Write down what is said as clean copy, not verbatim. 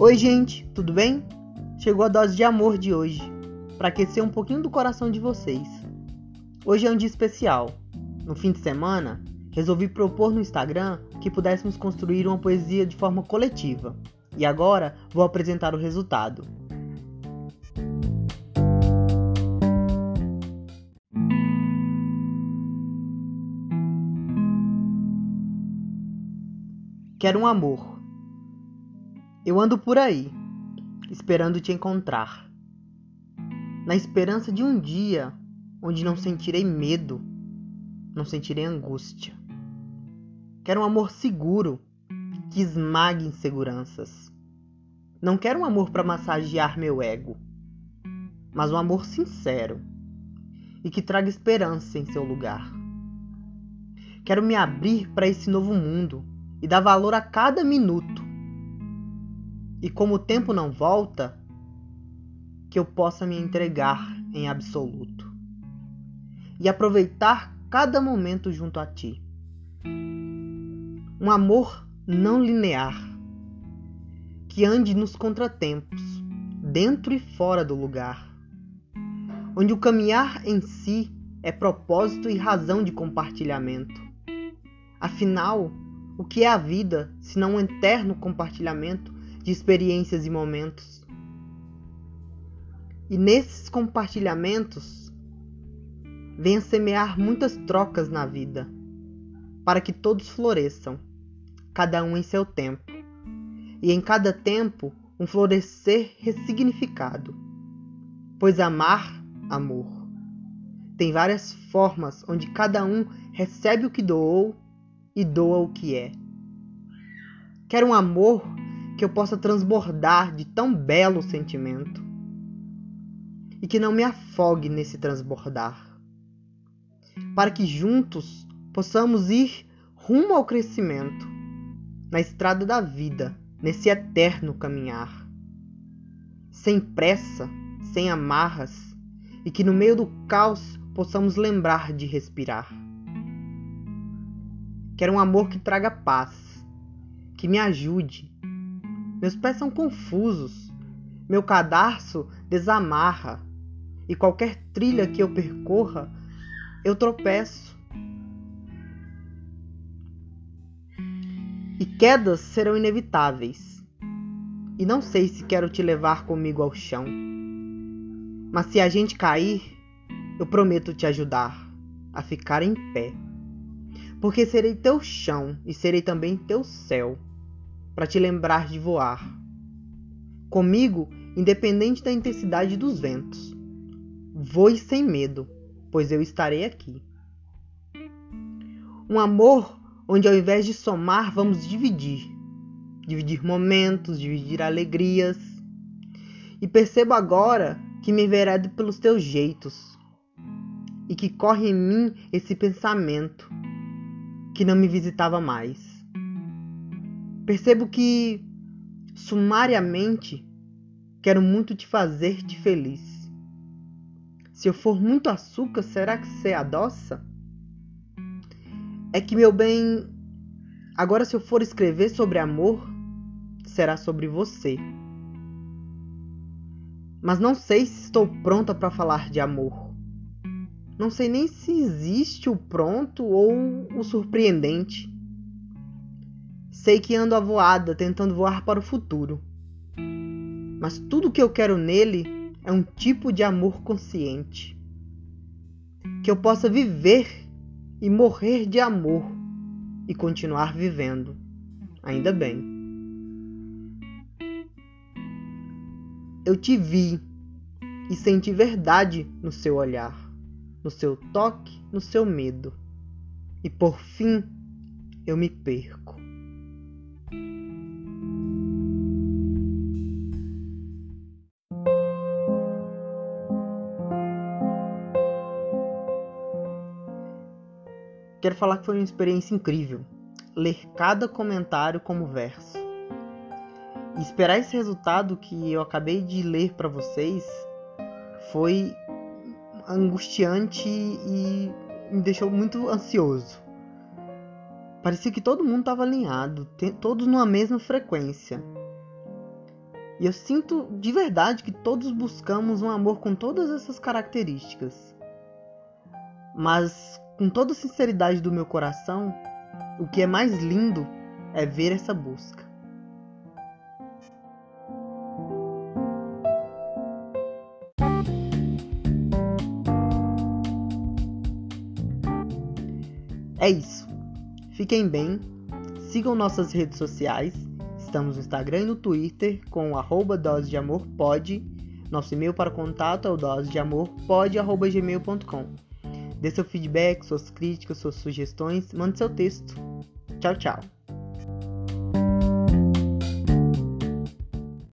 Oi gente, tudo bem? Chegou a dose de amor de hoje, para aquecer um pouquinho do coração de vocês. Hoje é um dia especial. No fim de semana, resolvi propor no Instagram que pudéssemos construir uma poesia de forma coletiva. E agora vou apresentar o resultado. Quero um amor. Eu ando por aí, esperando te encontrar. Na esperança de um dia onde não sentirei medo, não sentirei angústia. Quero um amor seguro, que esmague inseguranças. Não quero um amor para massagear meu ego, mas um amor sincero e que traga esperança em seu lugar. Quero me abrir para esse novo mundo e dar valor a cada minuto. E como o tempo não volta, que eu possa me entregar em absoluto e aproveitar cada momento junto a ti. Um amor não linear, que ande nos contratempos, dentro e fora do lugar, onde o caminhar em si é propósito e razão de compartilhamento. Afinal, o que é a vida se não um eterno compartilhamento de experiências e momentos? E nesses compartilhamentos, venha semear muitas trocas na vida, para que todos floresçam, cada um em seu tempo, e em cada tempo um florescer ressignificado. Pois amar, amor, tem várias formas onde cada um recebe o que doou e doa o que é. Quero um amor que eu possa transbordar de tão belo sentimento e que não me afogue nesse transbordar, para que juntos possamos ir rumo ao crescimento, na estrada da vida, nesse eterno caminhar, sem pressa, sem amarras, e que no meio do caos possamos lembrar de respirar. Quero um amor que traga paz, que me ajude. Meus pés são confusos, meu cadarço desamarra, e qualquer trilha que eu percorra, eu tropeço. E quedas serão inevitáveis, e não sei se quero te levar comigo ao chão. Mas se a gente cair, eu prometo te ajudar a ficar em pé, porque serei teu chão e serei também teu céu, para te lembrar de voar. Comigo, independente da intensidade dos ventos, voe sem medo, pois eu estarei aqui. Um amor onde ao invés de somar, vamos dividir momentos, dividir alegrias. E percebo agora que me enveredo pelos teus jeitos e que corre em mim esse pensamento que não me visitava mais. Percebo que, sumariamente, quero muito te fazer-te feliz. Se eu for muito açúcar, será que você adoça? É que, meu bem, agora se eu for escrever sobre amor, será sobre você. Mas não sei se estou pronta para falar de amor. Não sei nem se existe o pronto ou o surpreendente. Sei que ando avoada, tentando voar para o futuro. Mas tudo que eu quero nele é um tipo de amor consciente. Que eu possa viver e morrer de amor e continuar vivendo. Ainda bem. Eu te vi e senti verdade no seu olhar, no seu toque, no seu medo. E por fim, eu me perco. Quero falar que foi uma experiência incrível, ler cada comentário como verso. E esperar esse resultado que eu acabei de ler para vocês foi angustiante e me deixou muito ansioso. Parecia que todo mundo estava alinhado, todos numa mesma frequência. E eu sinto de verdade que todos buscamos um amor com todas essas características. Mas, com toda a sinceridade do meu coração, o que é mais lindo é ver essa busca. É isso. Fiquem bem, sigam nossas redes sociais. Estamos no Instagram e no Twitter com @dosedeamorpod. Nosso e-mail para contato é o dosedeamorpod@gmail.com. Dê seu feedback, suas críticas, suas sugestões, mande seu texto. Tchau, tchau.